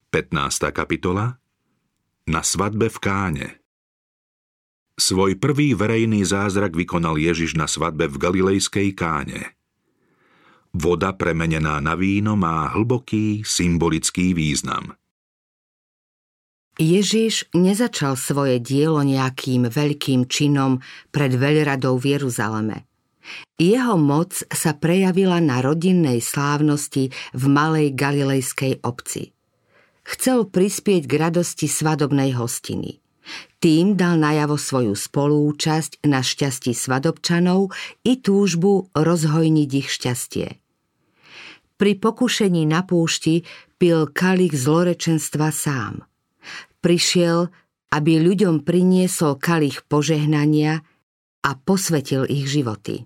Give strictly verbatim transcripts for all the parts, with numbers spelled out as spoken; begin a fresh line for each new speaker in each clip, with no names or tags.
pätnásta kapitola. Na svadbe v Káne. Svoj prvý verejný zázrak vykonal Ježiš na svadbe v galilejskej Káne. Voda premenená na víno má hlboký symbolický význam.
Ježiš nezačal svoje dielo nejakým veľkým činom pred veľradou v Jeruzaleme. Jeho moc sa prejavila na rodinnej slávnosti v malej galilejskej obci. Chcel prispieť k radosti svadobnej hostiny. Tým dal najavo svoju spolúčasť na šťastí svadobčanov i túžbu rozhojniť ich šťastie. Pri pokušení na púšti pil kalich zlorečenstva sám. Prišiel, aby ľuďom priniesol kalich požehnania a posvetil ich životy.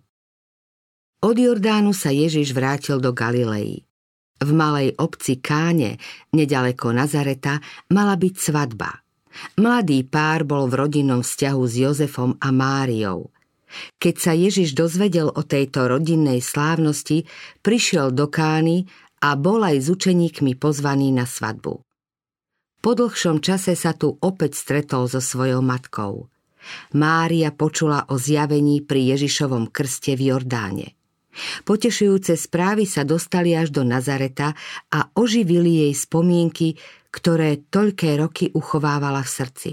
Od Jordánu sa Ježiš vrátil do Galilei. V malej obci Káne, nedaleko Nazareta, mala byť svadba. Mladý pár bol v rodinnom vzťahu s Jozefom a Máriou. Keď sa Ježiš dozvedel o tejto rodinnej slávnosti, prišiel do Kány a bol aj s učeníkmi pozvaný na svadbu. Po dlhšom čase sa tu opäť stretol so svojou matkou. Mária počula o zjavení pri Ježišovom krste v Jordáne. Potešujúce správy sa dostali až do Nazareta a oživili jej spomienky, ktoré toľké roky uchovávala v srdci.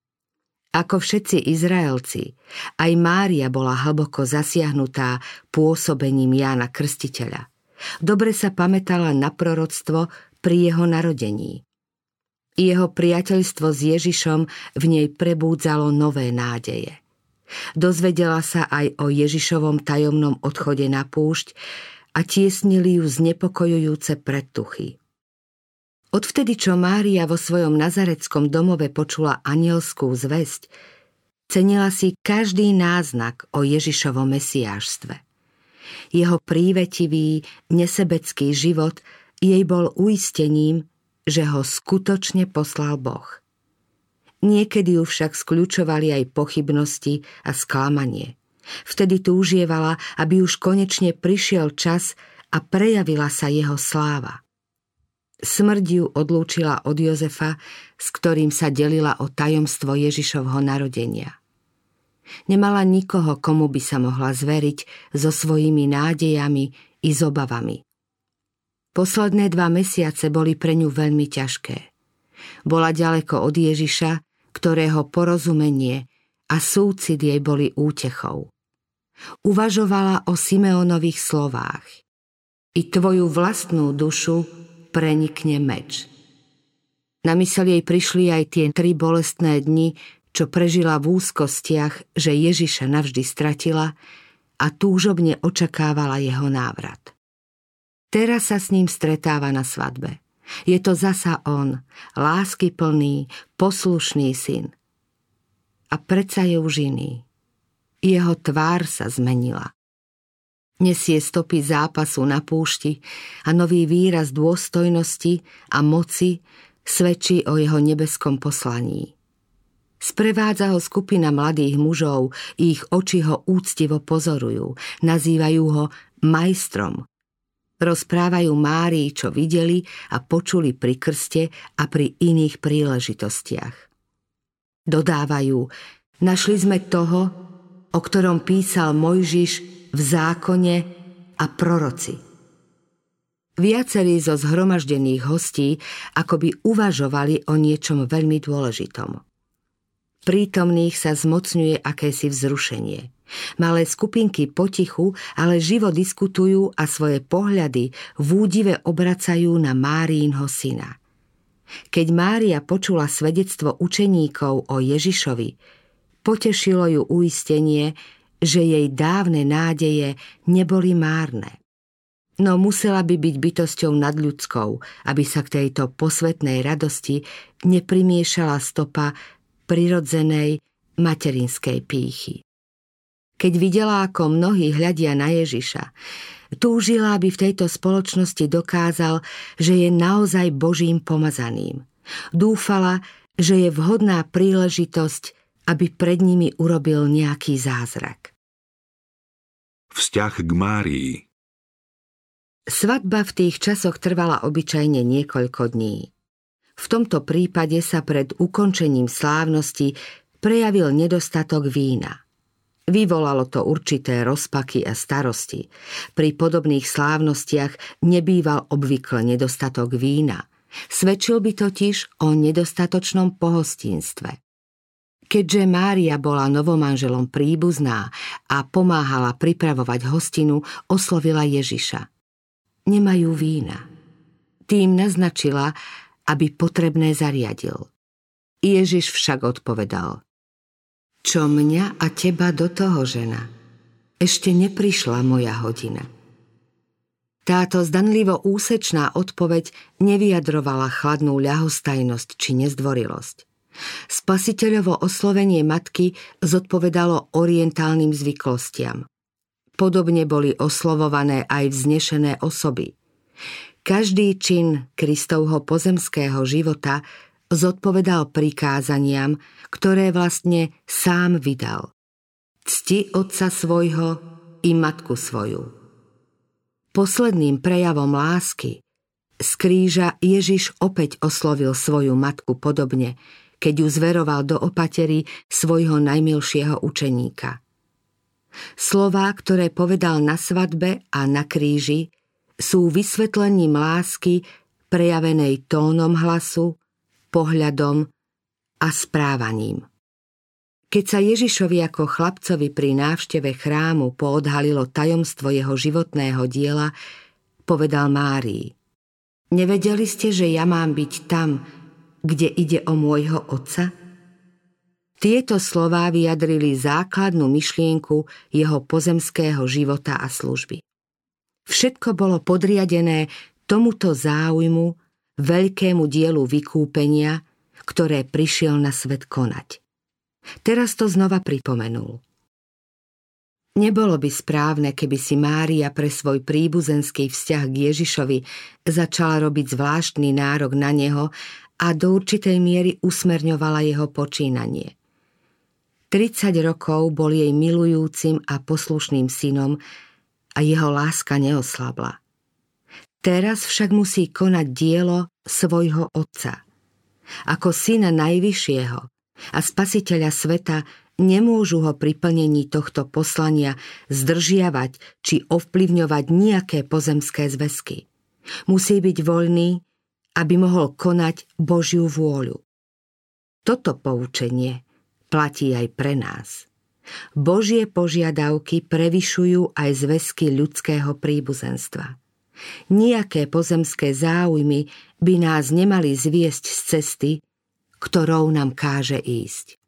Ako všetci Izraelci, aj Mária bola hlboko zasiahnutá pôsobením Jána Krstiteľa. Dobre sa pamätala na proroctvo pri jeho narodení. Jeho priateľstvo s Ježišom v nej prebúdzalo nové nádeje. Dozvedela sa aj o Ježišovom tajomnom odchode na púšť a tiesnili ju znepokojujúce predtuchy. Odvtedy, čo Mária vo svojom nazareckom domove počula anielskú zvesť, cenila si každý náznak o Ježišovom mesiášstve. Jeho prívetivý, nesebecký život jej bol uistením, že ho skutočne poslal Boh. Niekedy ju však skľučovali aj pochybnosti a sklamanie. Vtedy túžievala, aby už konečne prišiel čas a prejavila sa jeho sláva. Smrť ju odlúčila od Jozefa, s ktorým sa delila o tajomstvo Ježišovho narodenia. Nemala nikoho, komu by sa mohla zveriť so svojimi nádejami i s obavami. Posledné dva mesiace boli pre ňu veľmi ťažké. Bola ďaleko od Ježiša, ktorého porozumenie a súcit jej boli útechou. Uvažovala o Simeonových slovách. I tvoju vlastnú dušu prenikne meč. Na myseľ jej prišli aj tie tri bolestné dni, čo prežila v úzkostiach, že Ježiša navždy stratila a túžobne očakávala jeho návrat. Teraz sa s ním stretáva na svadbe. Je to zasa on, láskyplný, poslušný syn. A predsa je už iný. Jeho tvár sa zmenila. Nesie stopy zápasu na púšti a nový výraz dôstojnosti a moci svedčí o jeho nebeskom poslaní. Sprevádza ho skupina mladých mužov, ich oči ho úctivo pozorujú, nazývajú ho majstrom. Rozprávajú Márii, čo videli a počuli pri krste a pri iných príležitostiach. Dodávajú, našli sme toho, o ktorom písal Mojžiš v zákone a proroci. Viacerí zo zhromaždených hostí akoby uvažovali o niečom veľmi dôležitom. Prítomných sa zmocňuje akési vzrušenie. Malé skupinky potichu, ale živo diskutujú a svoje pohľady v údive obracajú na Márínho syna. Keď Mária počula svedectvo učeníkov o Ježišovi, potešilo ju uistenie, že jej dávne nádeje neboli márne. No musela by byť bytosťou nadľudskou, aby sa k tejto posvetnej radosti neprimiešala stopa prirodzenej materinskej pýchy. Keď videla, ako mnohí hľadia na Ježiša, túžila, aby v tejto spoločnosti dokázal, že je naozaj Božím pomazaným. Dúfala, že je vhodná príležitosť, aby pred nimi urobil nejaký zázrak.
Vzťah k Márii.
Svadba v tých časoch trvala obyčajne niekoľko dní. V tomto prípade sa pred ukončením slávnosti prejavil nedostatok vína. Vyvolalo to určité rozpaky a starosti. Pri podobných slávnostiach nebýval obvykle nedostatok vína. Svedčil by totiž o nedostatočnom pohostinstve. Keďže Mária bola novomanželom príbuzná a pomáhala pripravovať hostinu, oslovila Ježiša. Nemajú vína. Tým naznačila, aby potrebné zariadil. Ježiš však odpovedal: Čo mňa a teba do toho, žena? Ešte neprišla moja hodina. Táto zdanlivo úsečná odpoveď nevyjadrovala chladnú ľahostajnosť či nezdvorilosť. Spasiteľovo oslovenie matky zodpovedalo orientálnym zvyklostiam. Podobne boli oslovované aj vznešené osoby. Každý čin Kristovho pozemského života zodpovedal prikázaniam, ktoré vlastne sám vydal. Cti otca svojho i matku svoju. Posledným prejavom lásky z kríža Ježiš opäť oslovil svoju matku podobne, keď ju zveroval do opatery svojho najmilšieho učeníka. Slová, ktoré povedal na svadbe a na kríži, sú vysvetlením lásky prejavenej tónom hlasu, pohľadom a správaním. Keď sa Ježišovi ako chlapcovi pri návšteve chrámu poodhalilo tajomstvo jeho životného diela, povedal Márii: Nevedeli ste, že ja mám byť tam, kde ide o môjho otca? Tieto slová vyjadrili základnú myšlienku jeho pozemského života a služby. Všetko bolo podriadené tomuto záujmu, veľkému dielu vykúpenia, ktoré prišiel na svet konať. Teraz to znova pripomenul. Nebolo by správne, keby si Mária pre svoj príbuzenský vzťah k Ježišovi začala robiť zvláštny nárok na neho a do určitej miery usmerňovala jeho počínanie. tridsať rokov bol jej milujúcim a poslušným synom a jeho láska neoslabla. Teraz však musí konať dielo svojho otca. Ako syna najvyššieho a spasiteľa sveta nemôžu ho pri plnení tohto poslania zdržiavať či ovplyvňovať nejaké pozemské zväzky. Musí byť voľný, aby mohol konať Božiu vôľu. Toto poučenie platí aj pre nás. Božie požiadavky prevyšujú aj zväzky ľudského príbuzenstva. Nijaké pozemské záujmy by nás nemali zviesť z cesty, ktorou nám káže ísť.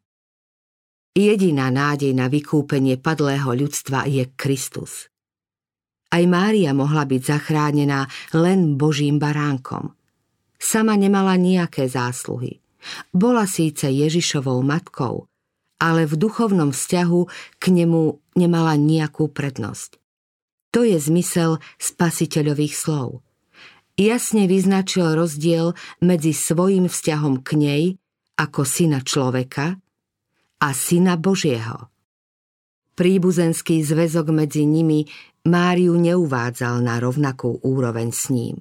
Jediná nádej na vykúpenie padlého ľudstva je Kristus. Aj Mária mohla byť zachránená len Božím baránkom. Sama nemala nejaké zásluhy. Bola síce Ježišovou matkou, ale v duchovnom vzťahu k nemu nemala nejakú prednosť. To je zmysel spasiteľových slov. Jasne vyznačil rozdiel medzi svojím vzťahom k nej ako syna človeka a syna Božieho. Príbuzenský zväzok medzi nimi Máriu neuvádzal na rovnakú úroveň s ním.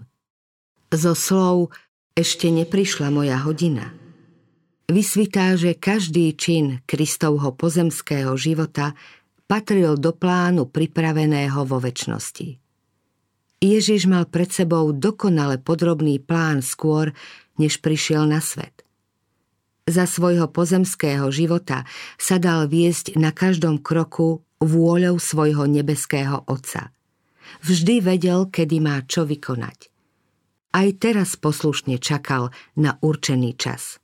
Zo slov ešte neprišla moja hodina vysvitá, že každý čin Kristovho pozemského života patril do plánu pripraveného vo večnosti. Ježiš mal pred sebou dokonale podrobný plán skôr, než prišiel na svet. Za svojho pozemského života sa dal viesť na každom kroku vôľou svojho nebeského Otca. Vždy vedel, kedy má čo vykonať. Aj teraz poslušne čakal na určený čas.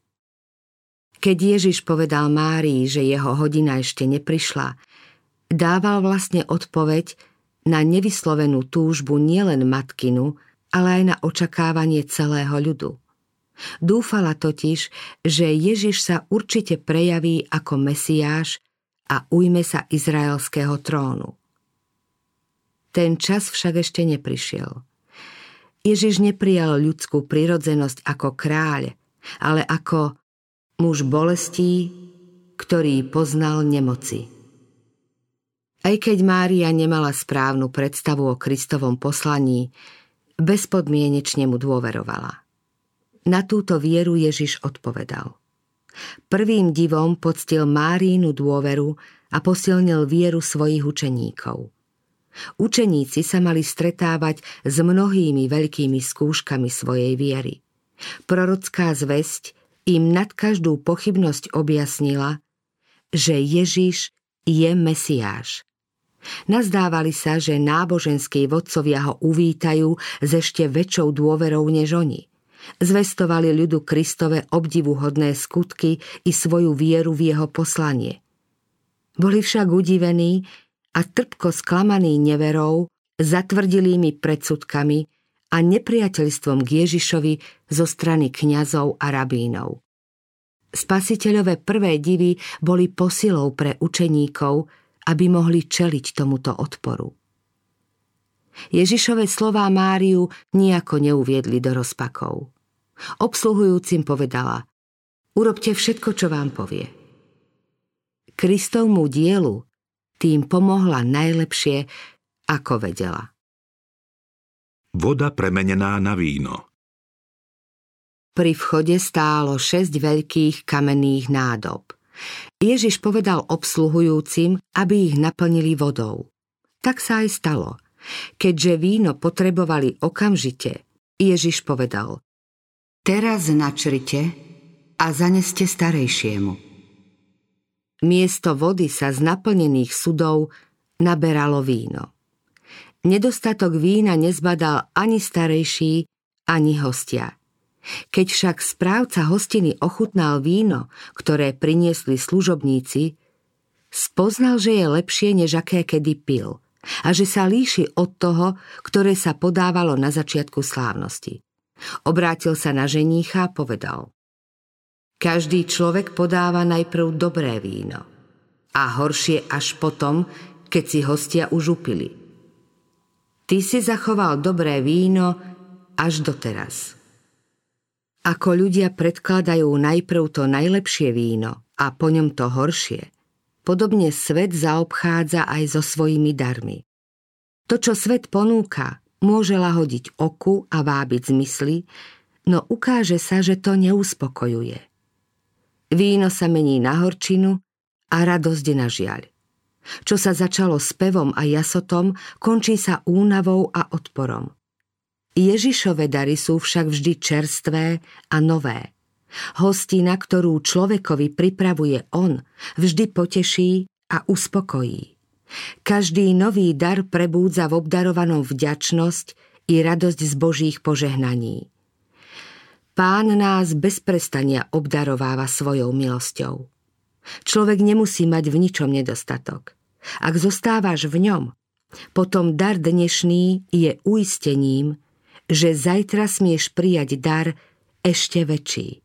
Keď Ježiš povedal Márii, že jeho hodina ešte neprišla, dával vlastne odpoveď na nevyslovenú túžbu nielen matkinu, ale aj na očakávanie celého ľudu. Dúfala totiž, že Ježiš sa určite prejaví ako Mesiáš a ujme sa izraelského trónu. Ten čas však ešte neprišiel. Ježiš neprijal ľudskú prirodzenosť ako kráľ, ale ako muž bolestí, ktorý poznal nemoci. Aj keď Mária nemala správnu predstavu o Kristovom poslaní, bezpodmienečne mu dôverovala. Na túto vieru Ježiš odpovedal. Prvým divom poctil Máriinu dôveru a posilnil vieru svojich učeníkov. Učeníci sa mali stretávať s mnohými veľkými skúškami svojej viery. Prorocká zvesť im nad každú pochybnosť objasnila, že Ježiš je Mesiáš. Nazdávali sa, že náboženskí vodcovia ho uvítajú s ešte väčšou dôverou než oni. Zvestovali ľudu Kristove obdivuhodné skutky i svoju vieru v jeho poslanie. Boli však udivení a trpko sklamaní neverou, zatvrdilými predsudkami a nepriateľstvom k Ježišovi zo strany kňazov a rabínov. Spasiteľové prvé divy boli posilou pre učeníkov, aby mohli čeliť tomuto odporu. Ježišove slová Máriu nijako neuviedli do rozpakov. Obsluhujúcim povedala: urobte všetko, čo vám povie. Kristovmu dielu tým pomohla najlepšie, ako vedela.
Voda premenená na víno.
Pri vchode stálo šesť veľkých kamenných nádob. Ježiš povedal obsluhujúcim, aby ich naplnili vodou. Tak sa aj stalo. Keďže víno potrebovali okamžite, Ježiš povedal: teraz načrite a zaneste starejšiemu. Miesto vody sa z naplnených sudov naberalo víno. Nedostatok vína nezbadal ani starejší, ani hostia. Keď však správca hostiny ochutnal víno, ktoré priniesli služobníci, spoznal, že je lepšie, než aké kedy pil, a že sa líši od toho, ktoré sa podávalo na začiatku slávnosti. Obrátil sa na ženícha a povedal: každý človek podáva najprv dobré víno a horšie až potom, keď si hostia už upili. Ty si zachoval dobré víno až doteraz. Ako ľudia predkladajú najprv to najlepšie víno a po ňom to horšie, podobne svet zaobchádza aj so svojimi darmi. To, čo svet ponúka, môže lahodiť oku a vábiť zmysly, no ukáže sa, že to neuspokojuje. Víno sa mení na horčinu a radosť na žiaľ. Čo sa začalo spevom a jasotom, končí sa únavou a odporom. Ježišove dary sú však vždy čerstvé a nové. Hostina, ktorú človekovi pripravuje on, vždy poteší a uspokojí. Každý nový dar prebúdza v obdarovanom vďačnosť i radosť z Božích požehnaní. Pán nás bez prestania obdarováva svojou milosťou. Človek nemusí mať v ničom nedostatok. Ak zostávaš v ňom, potom dar dnešný je uistením, že zajtra smieš prijať dar ešte väčší.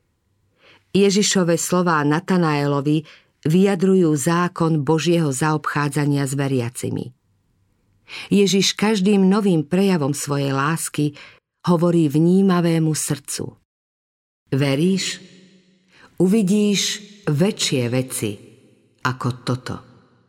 Ježišove slová Natanaelovi vyjadrujú zákon Božieho zaobchádzania s veriacimi. Ježiš každým novým prejavom svojej lásky hovorí vnímavému srdcu: veríš? Uvidíš väčšie veci ako toto.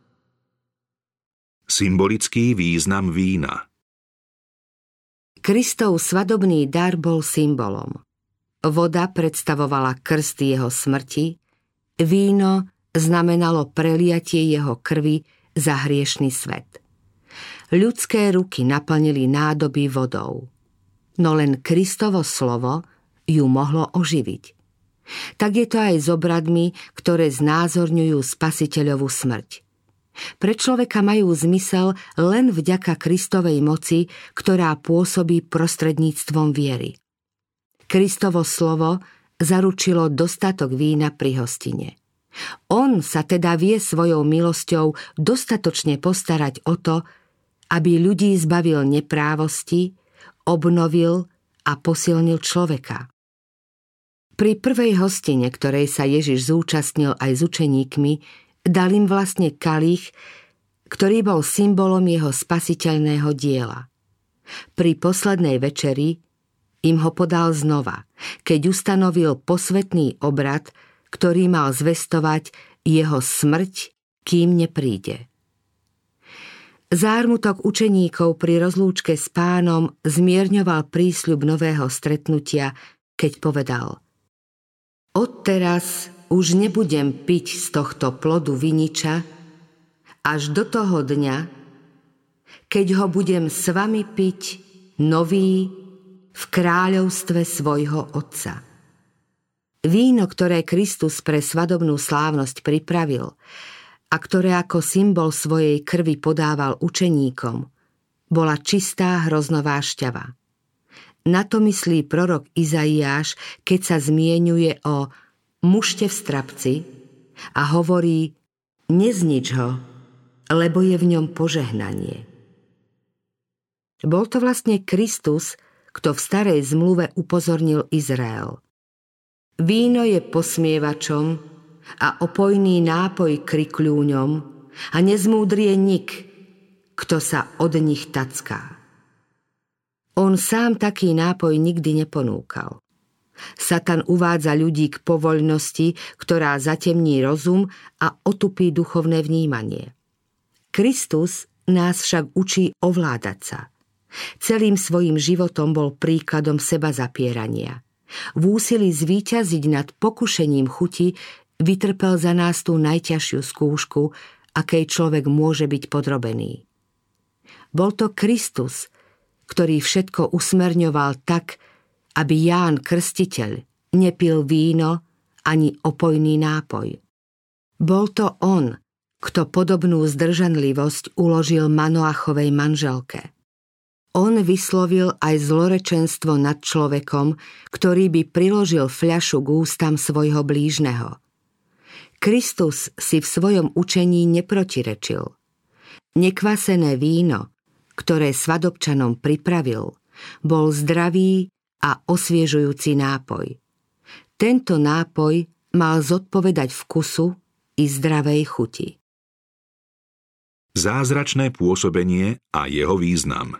Symbolický význam vína.
Kristov svadobný dar bol symbolom. Voda predstavovala krst jeho smrti, víno znamenalo preliatie jeho krvi za hriešny svet. Ľudské ruky naplnili nádoby vodou, no len Kristovo slovo ju mohlo oživiť. Tak je to aj s obradmi, ktoré znázorňujú spasiteľovú smrť. Pre človeka majú zmysel len vďaka Kristovej moci, ktorá pôsobí prostredníctvom viery. Kristovo slovo zaručilo dostatok vína pri hostine. On sa teda vie svojou milosťou dostatočne postarať o to, aby ľudí zbavil neprávosti, obnovil a posilnil človeka. Pri prvej hostine, ktorej sa Ježiš zúčastnil aj s učeníkmi, dal im vlastne kalich, ktorý bol symbolom jeho spasiteľného diela. Pri poslednej večeri im ho podal znova, keď ustanovil posvätný obrad, ktorý mal zvestovať jeho smrť, kým nepríde. Zármutok učeníkov pri rozlúčke s Pánom zmierňoval prísľub nového stretnutia keď povedal: Odteraz už nebudem piť z tohto plodu viniča až do toho dňa, keď ho budem s vami piť nový v kráľovstve svojho Otca. Víno, ktoré Kristus pre svadobnú slávnosť pripravil a ktoré ako symbol svojej krvi podával učeníkom, bola čistá hroznová šťava. Na to myslí prorok Izaiáš, keď sa zmieňuje o mušte v strapci a hovorí: neznič ho, lebo je v ňom požehnanie. Bol to vlastne Kristus, kto v starej zmluve upozornil Izrael. Víno je posmievačom a opojný nápoj krikľúňom a nezmúdrie nik, kto sa od nich tacká. On sám taký nápoj nikdy neponúkal. Satan uvádza ľudí k povoľnosti, ktorá zatemní rozum a otupí duchovné vnímanie. Kristus nás však učí ovládať sa. Celým svojím životom bol príkladom seba zapierania. V úsilí zvíťaziť nad pokušením chuti vytrpel za nás tú najťažšiu skúšku, akej človek môže byť podrobený. Bol to Kristus, ktorý všetko usmerňoval tak, aby Ján Krstiteľ nepil víno ani opojný nápoj. Bol to on, kto podobnú zdržanlivosť uložil Manoachovej manželke. On vyslovil aj zlorečenstvo nad človekom, ktorý by priložil fľašu k ústam svojho blížneho. Kristus si v svojom učení neprotirečil. Nekvasené víno, ktoré svadobčanom pripravil, bol zdravý a osviežujúci nápoj. Tento nápoj mal zodpovedať vkusu i zdravej chuti.
Zázračné pôsobenie a jeho význam.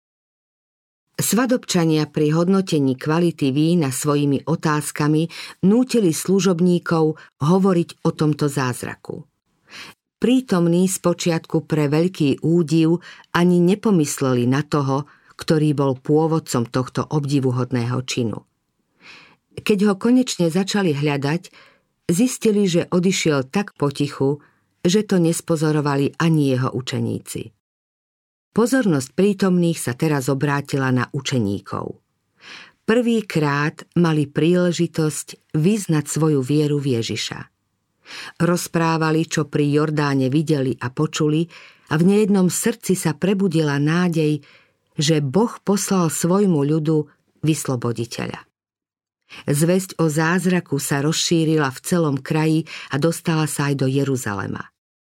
Svadobčania pri hodnotení kvality vína svojimi otázkami nútili služobníkov hovoriť o tomto zázraku. Prítomní spočiatku pre veľký údiv ani nepomysleli na toho, ktorý bol pôvodcom tohto obdivuhodného činu. Keď ho konečne začali hľadať, zistili, že odišiel tak potichu, že to nespozorovali ani jeho učeníci. Pozornosť prítomných sa teraz obrátila na učeníkov. Prvýkrát mali príležitosť vyznať svoju vieru v Ježiša. Rozprávali, čo pri Jordáne videli a počuli, a v nejednom srdci sa prebudila nádej, že Boh poslal svojmu ľudu vysloboditeľa. Zvesť o zázraku sa rozšírila v celom kraji a dostala sa aj do Jeruzalema.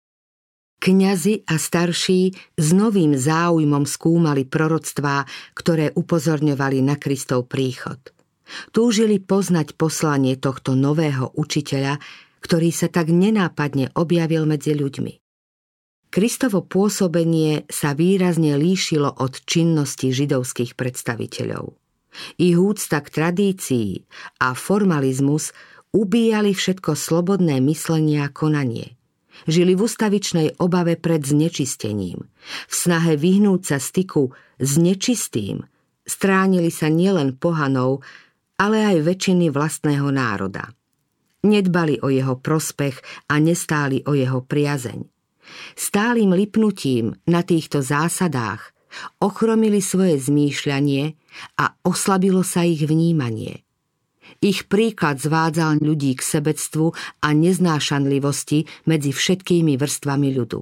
Kňazi a starší s novým záujmom skúmali proroctvá, ktoré upozorňovali na Kristov príchod. Túžili poznať poslanie tohto nového učiteľa, ktorý sa tak nenápadne objavil medzi ľuďmi. Kristovo pôsobenie sa výrazne líšilo od činnosti židovských predstaviteľov. Ich úcta k tradícii a formalizmus ubíjali všetko slobodné myslenie a konanie. Žili v ustavičnej obave pred znečistením. V snahe vyhnúť sa styku s nečistým stránili sa nielen pohanov, ale aj väčšiny vlastného národa. Nedbali o jeho prospech a nestáli o jeho priazeň. Stálym lipnutím na týchto zásadách ochromili svoje zmýšľanie a oslabilo sa ich vnímanie. Ich príklad zvádzal ľudí k sebectvu a neznášanlivosti medzi všetkými vrstvami ľudu.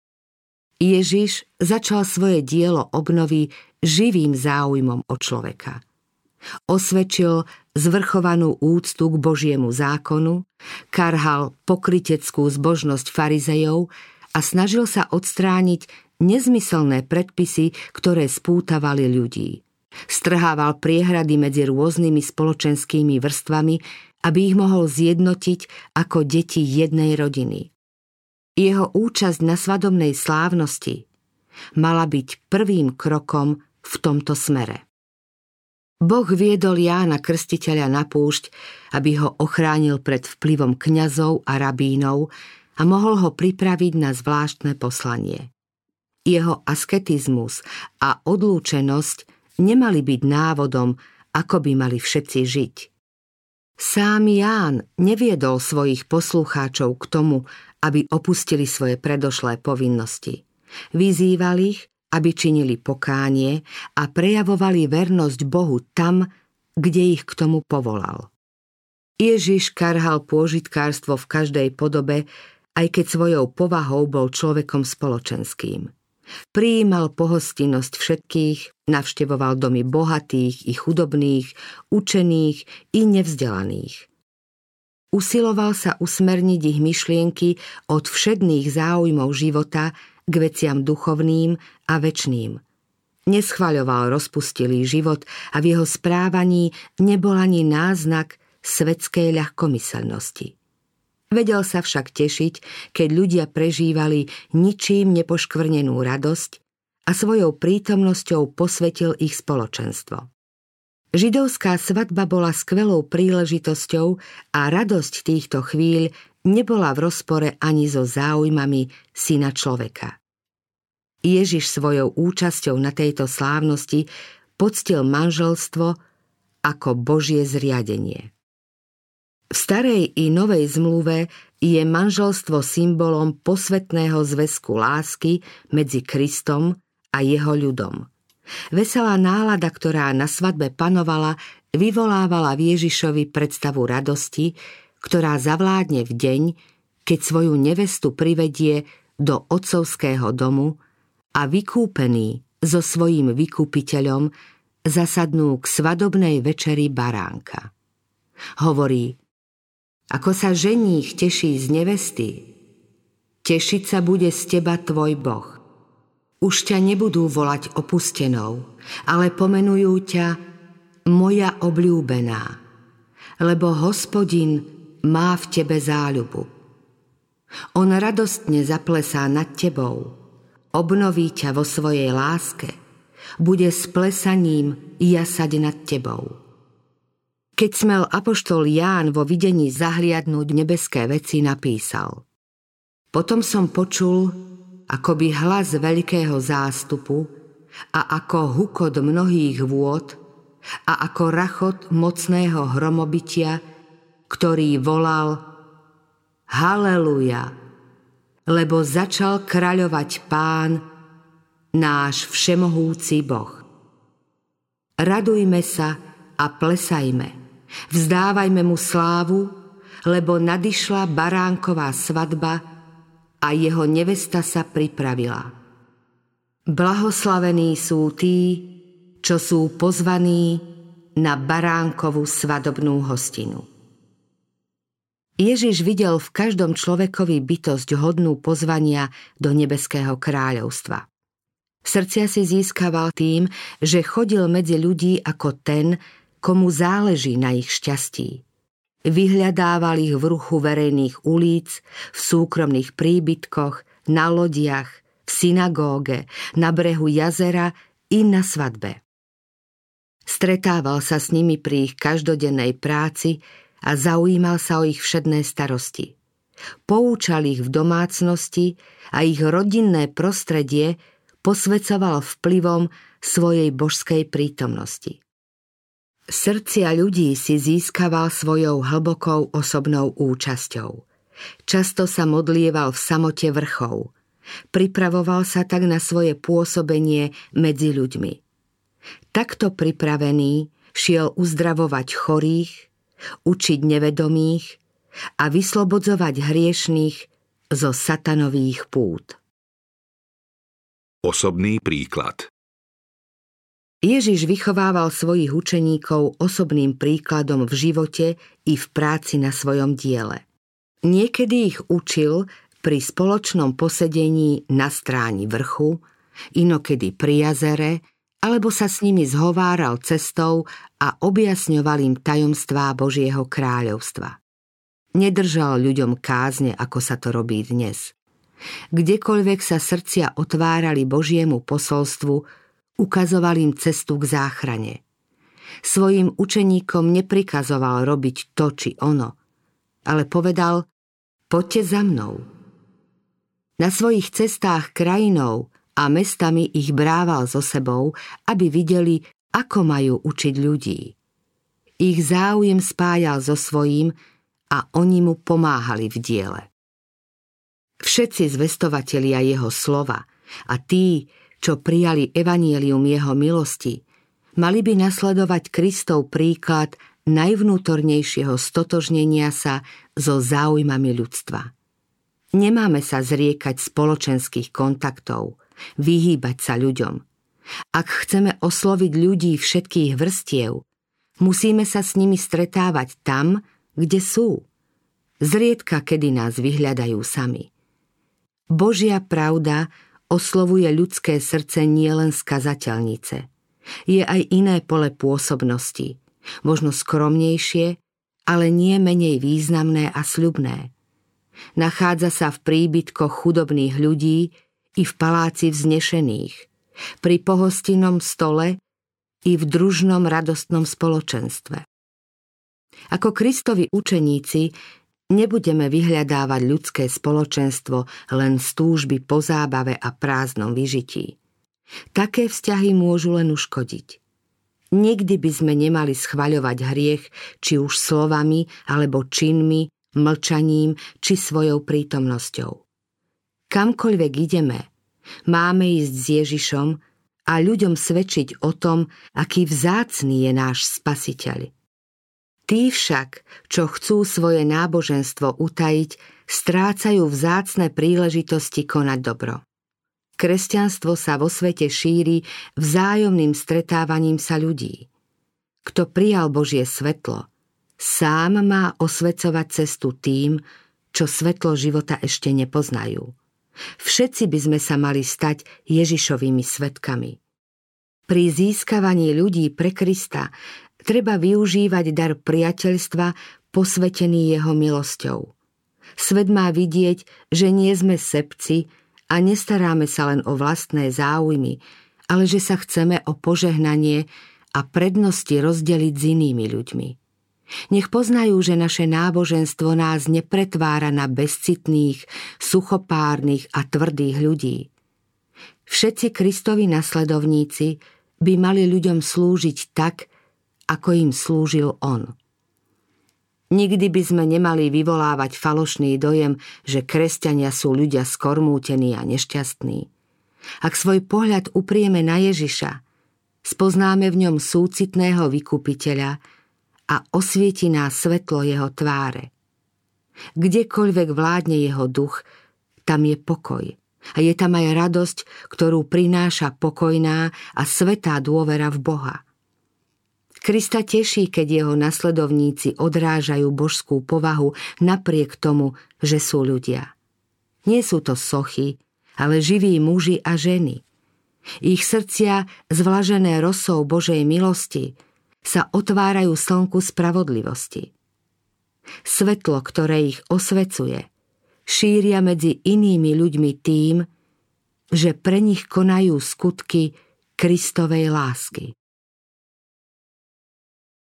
Ježiš začal svoje dielo obnovy živým záujmom o človeka. Osvedčil zvrchovanú úctu k Božiemu zákonu, karhal pokryteckú zbožnosť farizejov a snažil sa odstrániť nezmyselné predpisy, ktoré spútavali ľudí. Strhával priehrady medzi rôznymi spoločenskými vrstvami, aby ich mohol zjednotiť ako deti jednej rodiny. Jeho účasť na svadobnej slávnosti mala byť prvým krokom v tomto smere. Boh viedol Jána Krstiteľa na púšť, aby ho ochránil pred vplyvom kňazov a rabínov a mohol ho pripraviť na zvláštne poslanie. Jeho asketizmus a odlúčenosť nemali byť návodom, ako by mali všetci žiť. Sám Ján neviedol svojich poslucháčov k tomu, aby opustili svoje predošlé povinnosti. Vyzýval ich, aby činili pokánie a prejavovali vernosť Bohu tam, kde ich k tomu povolal. Ježiš karhal pôžitkárstvo v každej podobe, aj keď svojou povahou bol človekom spoločenským. Prijímal pohostinnosť všetkých, navštevoval domy bohatých i chudobných, učených i nevzdelaných. Usiloval sa usmerniť ich myšlienky od všedných záujmov života k veciam duchovným a večným. Neschvaľoval rozpustilý život a v jeho správaní nebol ani náznak svetskej ľahkomyselnosti. Vedel sa však tešiť, keď ľudia prežívali ničím nepoškvrnenú radosť a svojou prítomnosťou posvetil ich spoločenstvo. Židovská svadba bola skvelou príležitosťou a radosť týchto chvíľ nebola v rozpore ani so záujmami syna človeka. Ježiš svojou účasťou na tejto slávnosti poctil manželstvo ako Božie zriadenie. V starej i novej zmluve je manželstvo symbolom posvätného zväzku lásky medzi Kristom a jeho ľudom. Veselá nálada, ktorá na svadbe panovala, vyvolávala v Ježišovi predstavu radosti, ktorá zavládne v deň, keď svoju nevestu privedie do otcovského domu a vykúpený so svojím vykúpiteľom zasadnú k svadobnej večeri baránka. Hovorí: ako sa ženích teší z nevesty, tešiť sa bude z teba tvoj Boh. Už ťa nebudú volať opustenou, ale pomenujú ťa moja obľúbená, lebo Hospodin má v tebe záľubu. On radostne zaplesá nad tebou, obnoví ťa vo svojej láske, bude s plesaním jasať nad tebou. Keď smel apoštol Ján vo videní zahliadnúť nebeské veci, napísal: Potom som počul akoby hlas veľkého zástupu a ako hukot mnohých vôd a ako rachot mocného hromobytia, ktorý volal: Haleluja, lebo začal kráľovať Pán, náš všemohúci Boh. Radujme sa a plesajme, vzdávajme mu slávu, lebo nadišla baránková svadba a jeho nevesta sa pripravila. Blahoslavení sú tí, čo sú pozvaní na baránkovú svadobnú hostinu. Ježiš videl v každom človekovi bytosť hodnú pozvania do nebeského kráľovstva. Srdcia si získaval tým, že chodil medzi ľudí ako ten, komu záleží na ich šťastí. Vyhľadával ich v ruchu verejných ulíc, v súkromných príbytkoch, na lodiach, v synagóge, na brehu jazera i na svadbe. Stretával sa s nimi pri ich každodennej práci a zaujímal sa o ich všedné starosti. Poučal ich v domácnosti a ich rodinné prostredie posväcoval vplyvom svojej božskej prítomnosti. Srdcia ľudí si získaval svojou hlbokou osobnou účasťou. Často sa modlieval v samote vrchov. Pripravoval sa tak na svoje pôsobenie medzi ľuďmi. Takto pripravený šiel uzdravovať chorých, učiť nevedomých a vyslobodzovať hriešných zo satanových pút.
Osobný príklad.
Ježiš vychovával svojich učeníkov osobným príkladom v živote i v práci na svojom diele. Niekedy ich učil pri spoločnom posedení na stráni vrchu, inokedy pri jazere, alebo sa s nimi zhováral cestou a objasňoval im tajomstvá Božieho kráľovstva. Nedržal ľuďom kázne, ako sa to robí dnes. Kdekoľvek sa srdcia otvárali Božiemu posolstvu, ukazoval im cestu k záchrane. Svojim učeníkom neprikazoval robiť to či ono, ale povedal: poďte za mnou. Na svojich cestách krajinou a mestami ich brával so sebou, aby videli, ako majú učiť ľudí. Ich záujem spájal so svojím a oni mu pomáhali v diele. Všetci zvestovatelia jeho slova a tí, čo prijali evanjelium jeho milosti, mali by nasledovať Kristov príklad najvnútornejšieho stotožnenia sa so záujmami ľudstva. Nemáme sa zriekať spoločenských kontaktov, vyhýbať sa ľuďom. Ak chceme osloviť ľudí všetkých vrstiev, musíme sa s nimi stretávať tam, kde sú. Zriedka kedy nás vyhľadajú sami. Božia pravda oslovuje ľudské srdce nielen z kazateľnice. Je aj iné pole pôsobnosti, možno skromnejšie, ale nie menej významné a sľubné. Nachádza sa v príbytkoch chudobných ľudí i v paláci vznešených, pri pohostinnom stole i v družnom radostnom spoločenstve. Ako Kristovi učeníci nebudeme vyhľadávať ľudské spoločenstvo len z túžby po zábave a prázdnom vyžití. Také vzťahy môžu len uškodiť. Nikdy by sme nemali schvaľovať hriech, či už slovami, alebo činmi, mlčaním, či svojou prítomnosťou. Kamkoľvek ideme, máme ísť s Ježišom a ľuďom svedčiť o tom, aký vzácny je náš Spasiteľ. Tí však, čo chcú svoje náboženstvo utajiť, strácajú vzácne príležitosti konať dobro. Kresťanstvo sa vo svete šíri vzájomným stretávaním sa ľudí. Kto prijal Božie svetlo, sám má osvecovať cestu tým, čo svetlo života ešte nepoznajú. Všetci by sme sa mali stať Ježišovými svedkami. Pri získavaní ľudí pre Krista treba využívať dar priateľstva posvetený jeho milosťou. Svet má vidieť, že nie sme sebci a nestaráme sa len o vlastné záujmy, ale že sa chceme o požehnanie a prednosti rozdeliť s inými ľuďmi. Nech poznajú, že naše náboženstvo nás nepretvára na bezcitných, suchopárnych a tvrdých ľudí. Všetci Kristovi nasledovníci by mali ľuďom slúžiť tak, ako im slúžil on. Nikdy by sme nemali vyvolávať falošný dojem, že kresťania sú ľudia skormútení a nešťastní. Ak svoj pohľad uprieme na Ježiša, spoznáme v ňom súcitného vykupiteľa a osvieti nás svetlo jeho tváre. Kdekoľvek vládne jeho duch, tam je pokoj. A je tam aj radosť, ktorú prináša pokojná a svätá dôvera v Boha. Krista teší, keď jeho nasledovníci odrážajú božskú povahu napriek tomu, že sú ľudia. Nie sú to sochy, ale živí muži a ženy. Ich srdcia, zvlažené rosou Božej milosti, sa otvárajú slnku spravodlivosti. Svetlo, ktoré ich osvecuje, šíria medzi inými ľuďmi tým, že pre nich konajú skutky Kristovej lásky.